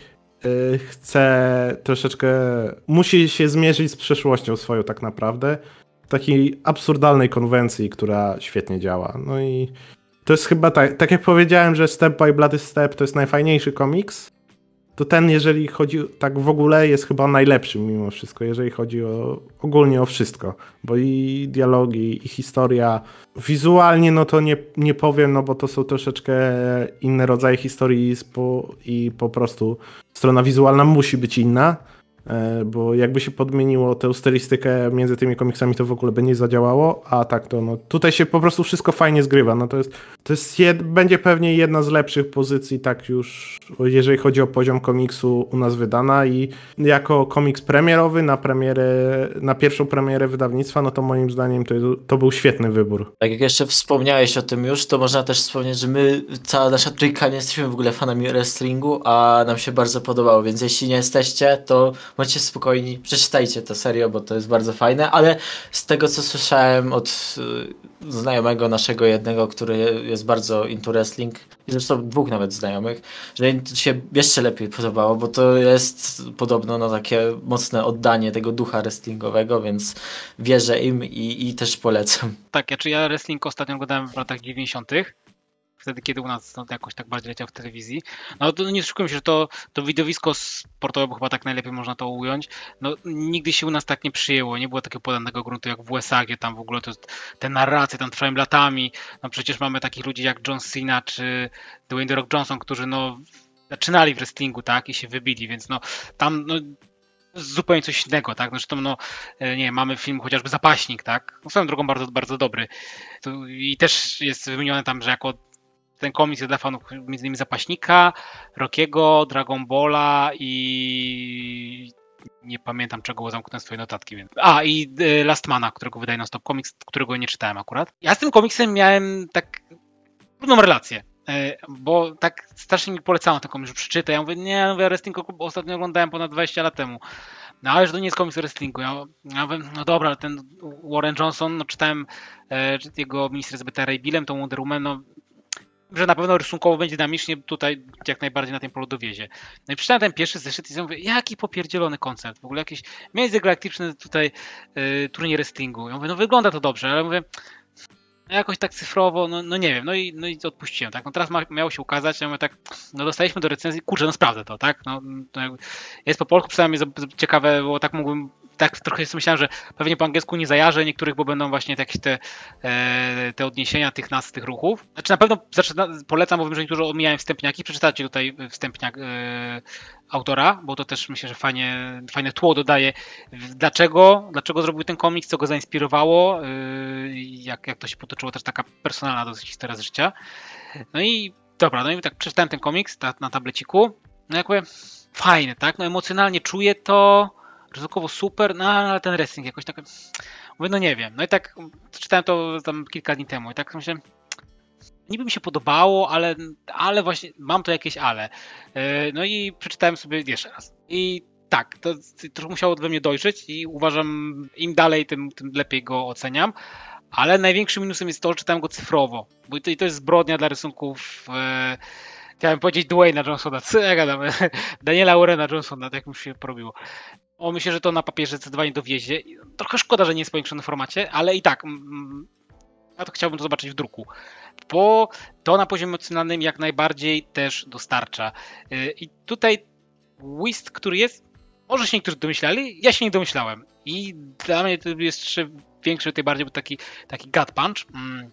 chce troszeczkę, musi się zmierzyć z przeszłością swoją tak naprawdę, w takiej absurdalnej konwencji, która świetnie działa. No i to jest chyba tak jak powiedziałem, że Step by Bloody Step to jest najfajniejszy komiks, to ten, jeżeli chodzi tak w ogóle, jest chyba najlepszym mimo wszystko, jeżeli chodzi ogólnie o wszystko, bo i dialogi, i historia, wizualnie no to nie powiem, no bo to są troszeczkę inne rodzaje historii i po prostu strona wizualna musi być inna, bo jakby się podmieniło tę stylistykę między tymi komiksami, to w ogóle by nie zadziałało, a tak to no tutaj się po prostu wszystko fajnie zgrywa, no będzie pewnie jedna z lepszych pozycji, tak już jeżeli chodzi o poziom komiksu u nas wydana i jako komiks premierowy na pierwszą premierę wydawnictwa, no to moim zdaniem to był świetny wybór. Tak jak jeszcze wspomniałeś o tym już, to można też wspomnieć, że my, cała nasza trójka, nie jesteśmy w ogóle fanami wrestlingu, a nam się bardzo podobało, więc jeśli nie jesteście, to bądźcie spokojni, przeczytajcie to serio, bo to jest bardzo fajne, ale z tego co słyszałem od znajomego naszego jednego, który jest bardzo into wrestling, i zresztą dwóch nawet znajomych, że im się jeszcze lepiej podobało, bo to jest podobno no takie mocne oddanie tego ducha wrestlingowego, więc wierzę im i też polecam. Tak, ja wrestling ostatnio oglądałem w latach 90. Wtedy, kiedy u nas no, jakoś tak bardziej leciał w telewizji. No to nie oszukujmy się, że to widowisko sportowe, bo chyba tak najlepiej można to ująć, no nigdy się u nas tak nie przyjęło, nie było takiego podanego gruntu jak w USA, gdzie tam w ogóle te narracje tam trwają latami, no przecież mamy takich ludzi jak John Cena czy Dwayne The Rock Johnson, którzy no zaczynali w wrestlingu, tak, i się wybili, więc no tam no zupełnie coś innego, tak? Zresztą, no, nie mamy film chociażby Zapaśnik, tak? No, swoją drogą bardzo, bardzo dobry. I też jest wymienione tam, że jako ten komiks jest dla fanów między innymi Zapaśnika, Rockiego, Dragon Balla i nie pamiętam czego, bo zamknąłem swoje notatki. Więc... i Lastmana, którego wydaje Non Stop Comics, którego nie czytałem akurat. Ja z tym komiksem miałem tak trudną relację. Bo tak strasznie mi polecano ten komiks, że przeczytaj. Ja mówię, wrestling ostatnio oglądałem ponad 20 lat temu. No ale że to nie jest komiks wrestlingu. Ja mówię, no dobra, ale ten Warren Johnson, no czytałem jego Minister z Beta Ray Billem, tą Wonder Woman, no że na pewno rysunkowo będzie dynamicznie tutaj jak najbardziej na tym polu dowiezie. No i przeczytałem ten pierwszy zeszyt i sobie mówię, jaki popierdzielony koncept. W ogóle jakiś międzygalaktyczny tutaj turniej wrestlingu. Ja mówię, no wygląda to dobrze, ale mówię, jakoś tak cyfrowo, no nie wiem, no i odpuściłem, tak, no teraz miało się ukazać, ja mówię tak, no dostaliśmy do recenzji, kurczę, no sprawdzę to, tak, no to jest po polsku, przynajmniej ciekawe, bo tak mógłbym, tak trochę sobie myślałem, że pewnie po angielsku nie zajarzę niektórych, bo będą właśnie jakieś te odniesienia tych ruchów, znaczy na pewno polecam, bo wiem, że niektórzy omijają wstępniaki, przeczytacie tutaj wstępniak autora, bo to też myślę, że fajne tło dodaje, dlaczego zrobił ten komiks, co go zainspirowało, jak to się potoczyło, też taka personalna dosyć historia z życia. No i dobra, no i tak przeczytałem ten komiks na tableciku, no jak mówię, fajny, tak, no emocjonalnie czuję to, ryzykowo super, no ale ten wrestling jakoś tak, mówię, no nie wiem, no i tak czytałem to tam kilka dni temu i tak myślę, niby mi się podobało, ale właśnie mam to jakieś ale. No i przeczytałem sobie jeszcze raz. I tak, to trochę musiało we mnie dojrzeć i uważam, im dalej, tym lepiej go oceniam. Ale największym minusem jest to, że czytałem go cyfrowo. Bo to jest zbrodnia dla rysunków... Chciałem powiedzieć Dwayne'a Johnsona, co ja gadam? Daniela Warrena Johnsona, tak mi się porobiło. Myślę, że to na papierze zdecydowanie dowiezie. Trochę szkoda, że nie jest w powiększonym formacie, ale i tak... Ja to chciałbym to zobaczyć w druku, bo to na poziomie emocjonalnym jak najbardziej też dostarcza. I tutaj twist, który jest, Może się niektórzy domyślali, ja się nie domyślałem. I dla mnie to jest jeszcze większy, tutaj bardziej był taki gut punch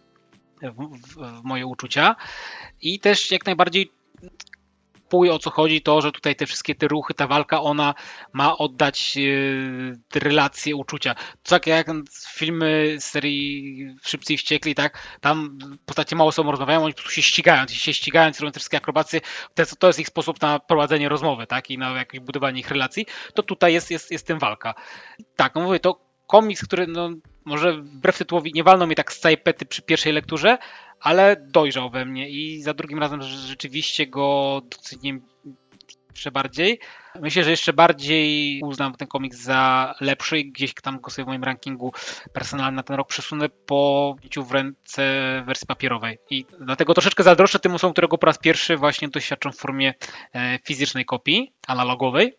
w moje uczucia. I też jak najbardziej o co chodzi, to, że tutaj te wszystkie te ruchy, ta walka, ona ma oddać te relacje, uczucia. Tak jak filmy z serii Szybcy i Wściekli, tak? Tam postacie mało sobą rozmawiają, oni po prostu się ścigając, robią te wszystkie akrobacje. To jest ich sposób na prowadzenie rozmowy, tak? I na jakieś budowanie ich relacji. To tutaj jest tym walka. Tak, no mówię, to komiks, który no, może wbrew tytułowi nie walnął mnie tak z całej pety przy pierwszej lekturze, ale dojrzał we mnie i za drugim razem rzeczywiście go doceniłem jeszcze bardziej. Myślę, że jeszcze bardziej uznam ten komiks za lepszy i gdzieś tam go sobie w moim rankingu personalnym na ten rok przesunę po wzięciu w ręce wersji papierowej. I dlatego troszeczkę zazdroszczę tym osobom, którego po raz pierwszy właśnie doświadczą w formie fizycznej kopii, analogowej.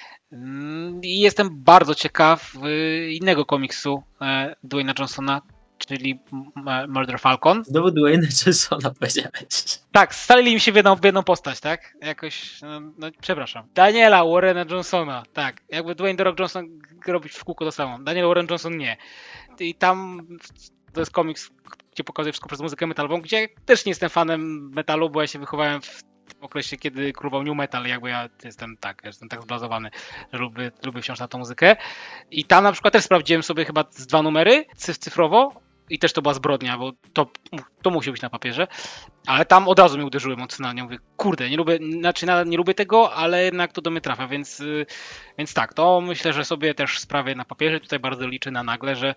I jestem bardzo ciekaw innego komiksu Dwayna Johnsona, czyli Murder Falcon. Znowu Dwayna Johnsona powiedziałeś. Tak, scalili mi się w jedną postać, tak? Jakoś, no przepraszam. Daniela Warrena Johnsona, tak. Jakby Dwayne The Rock Johnson robić w kółko to samo. Daniel Warren Johnson nie. I tam to jest komiks, gdzie pokazuje wszystko przez muzykę metalową, gdzie też nie jestem fanem metalu, bo ja się wychowałem w tym okresie, kiedy królował new metal, jakby ja jestem tak zblazowany, że lubię wciąż na tą muzykę. I tam na przykład też sprawdziłem sobie chyba z 2 numery cyfrowo i też to była zbrodnia, bo to musi być na papierze, ale tam od razu mnie uderzyły emocjonalnie. Mówię, kurde, nie lubię tego, ale jednak to do mnie trafia, więc tak, to myślę, że sobie też sprawię na papierze. Tutaj bardzo liczę na nagle, że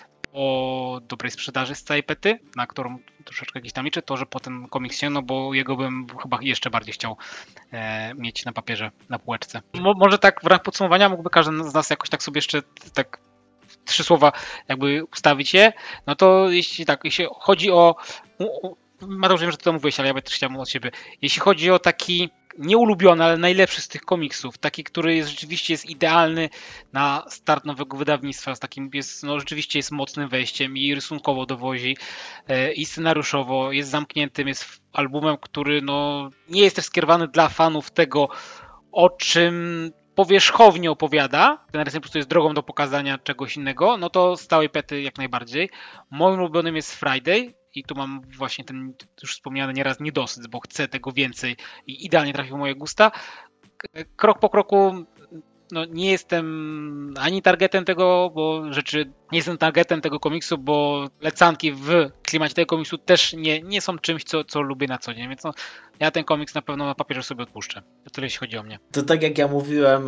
o dobrej sprzedaży z całej pety, na którą troszeczkę gdzieś tam liczę, to, że po tym komiksie, no bo jego bym chyba jeszcze bardziej chciał mieć na papierze, na półeczce. Może tak w ramach podsumowania mógłby każdy z nas jakoś tak sobie jeszcze tak 3 słowa jakby ustawić je, no to jeśli chodzi o Mateusz, wiem, że ty to mówiłeś, ale ja też chciałem od siebie. Jeśli chodzi o taki nieulubiony, ale najlepszy z tych komiksów, taki, który rzeczywiście jest idealny na start nowego wydawnictwa, z takim rzeczywiście jest mocnym wejściem i rysunkowo dowozi, i scenariuszowo jest zamkniętym, jest albumem, który nie jest też skierowany dla fanów tego, o czym powierzchownie opowiada, ten rysunek po prostu jest drogą do pokazania czegoś innego, no to z całej pety jak najbardziej. Moim ulubionym jest Friday i tu mam właśnie ten już wspomniany nieraz niedosyt, bo chcę tego więcej i idealnie trafił w moje gusta. Krok po kroku nie jestem ani targetem tego, nie jestem targetem tego komiksu, bo lecanki w klimacie tego komiksu też nie są czymś, co lubię na co dzień, więc ja ten komiks na pewno na papierze sobie odpuszczę. To tyle, jeśli chodzi o mnie. To tak jak ja mówiłem,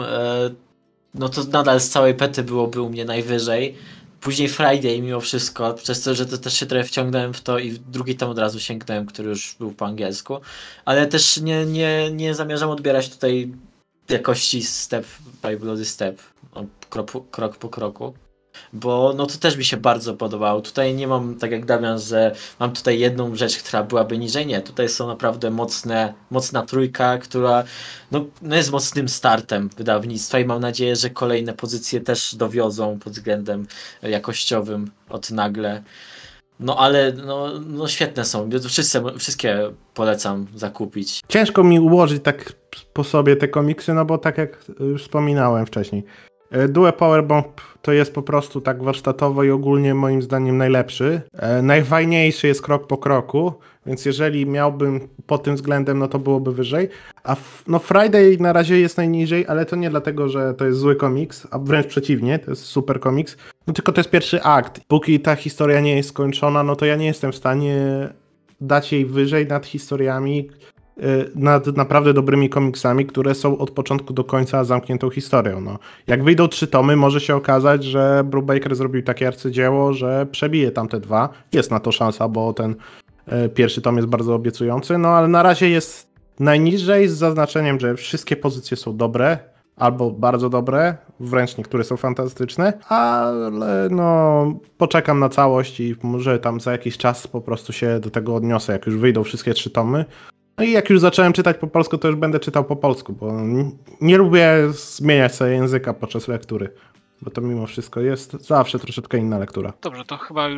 no to nadal z całej pety byłoby u mnie najwyżej. Później Friday mimo wszystko, przez to, że to też się trochę wciągnąłem w to i w drugi tom od razu sięgnąłem, który już był po angielsku. Ale też nie zamierzam odbierać tutaj jakości Step by Bloody Step, krok po kroku. Bo to też mi się bardzo podobało. Tutaj nie mam, tak jak Damian, że mam tutaj jedną rzecz, która byłaby niżej. Nie, tutaj są naprawdę mocna trójka, która jest mocnym startem wydawnictwa i mam nadzieję, że kolejne pozycje też dowiozą pod względem jakościowym od nagle. Ale świetne są. Wszystkie polecam zakupić. Ciężko mi ułożyć tak po sobie te komiksy, bo tak jak już wspominałem wcześniej, Due Powerbomb to jest po prostu tak warsztatowo i ogólnie moim zdaniem najlepszy. Najfajniejszy jest krok po kroku, więc jeżeli miałbym pod tym względem, to byłoby wyżej. A Friday na razie jest najniżej, ale to nie dlatego, że to jest zły komiks, a wręcz przeciwnie, to jest super komiks. Tylko to jest pierwszy akt. Póki ta historia nie jest skończona, to ja nie jestem w stanie dać jej wyżej nad historiami, nad naprawdę dobrymi komiksami, które są od początku do końca zamkniętą historią. Jak wyjdą 3 tomy, może się okazać, że Brubaker zrobił takie arcydzieło, że przebije tamte 2. Jest na to szansa, bo ten pierwszy tom jest bardzo obiecujący, ale na razie jest najniżej z zaznaczeniem, że wszystkie pozycje są dobre, albo bardzo dobre, wręcz niektóre są fantastyczne, ale poczekam na całość i może tam za jakiś czas po prostu się do tego odniosę, jak już wyjdą wszystkie 3 tomy. I jak już zacząłem czytać po polsku, to już będę czytał po polsku, bo nie lubię zmieniać sobie języka podczas lektury, bo to mimo wszystko jest zawsze troszeczkę inna lektura. Dobrze, to chyba już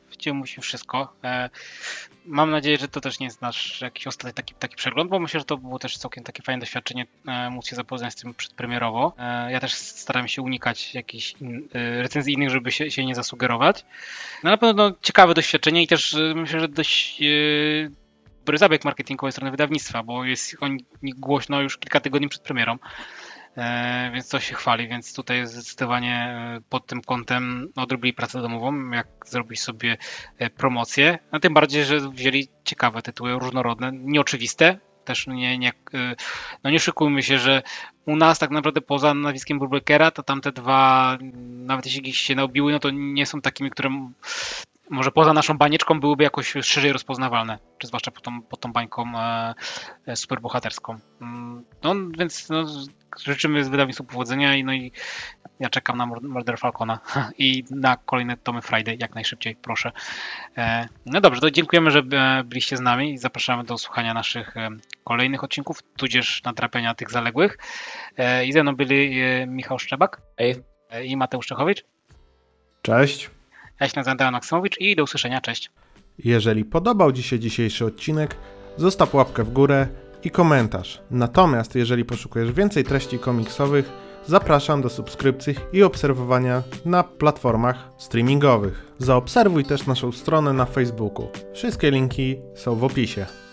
wciął się wszystko. Mam nadzieję, że to też nie jest nasz jakiś ostatni taki przegląd, bo myślę, że to było też całkiem takie fajne doświadczenie móc się zapoznać z tym przedpremierowo. Ja też staram się unikać jakichś recenzji innych, żeby się nie zasugerować. No na pewno ciekawe doświadczenie i też myślę, że dość dobry zabieg marketingowy strony wydawnictwa, bo jest o nich głośno już kilka tygodni przed premierą. Więc to się chwali, więc tutaj zdecydowanie pod tym kątem odrobili pracę domową, jak zrobić sobie promocję, a tym bardziej, że wzięli ciekawe tytuły, różnorodne, nieoczywiste, też nie szykujmy się, że u nas tak naprawdę poza nazwiskiem Brubaker'a, to tamte dwa, nawet jeśli gdzieś się naobiły, no to nie są takimi, które może poza naszą banieczką byłyby jakoś szerzej rozpoznawalne, czy zwłaszcza pod tą bańką superbohaterską. No więc życzymy z wydawnictwu powodzenia i ja czekam na Murder Falcona i na kolejne tomy Friday jak najszybciej, proszę. No dobrze, to dziękujemy, że byliście z nami i zapraszamy do słuchania naszych kolejnych odcinków, tudzież nadrabiania tych zaległych. I ze mną byli Michał Szczebak i Mateusz Czechowicz. Cześć. Ja się nazywam Damian Maksymowicz i do usłyszenia, cześć. Jeżeli podobał Ci się dzisiejszy odcinek, zostaw łapkę w górę i komentarz. Natomiast jeżeli poszukujesz więcej treści komiksowych, zapraszam do subskrypcji i obserwowania na platformach streamingowych. Zaobserwuj też naszą stronę na Facebooku. Wszystkie linki są w opisie.